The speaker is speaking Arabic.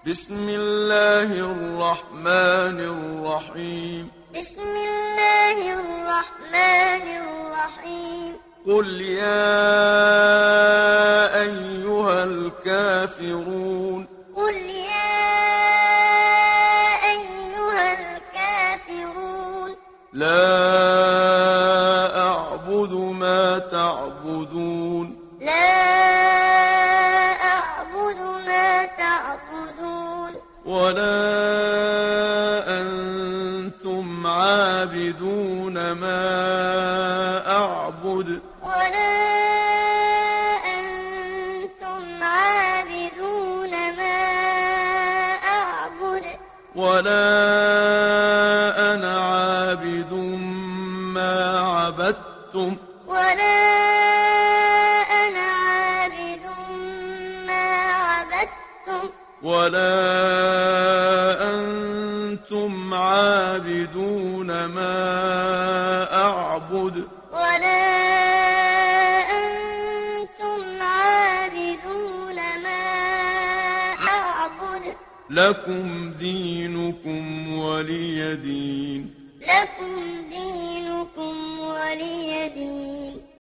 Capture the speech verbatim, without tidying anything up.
بسم الله الرحمن الرحيم بسم الله الرحمن الرحيم قل يا أيها الكافرون قل يا أيها الكافرون لا أعبد ما تعبدون لا أعبد ما تعبدون ولا أنتم عابدون ما أعبد ولا أنتم عابدون ما أعبد ولا أنا عابد ما عبدتم ولا أنا عابد ما عبدتم ولا أنتم عابدون ما أعبد ولا أنتم عابدون ما أعبد لكم دينكم ولي دين لكم دينكم ولي دين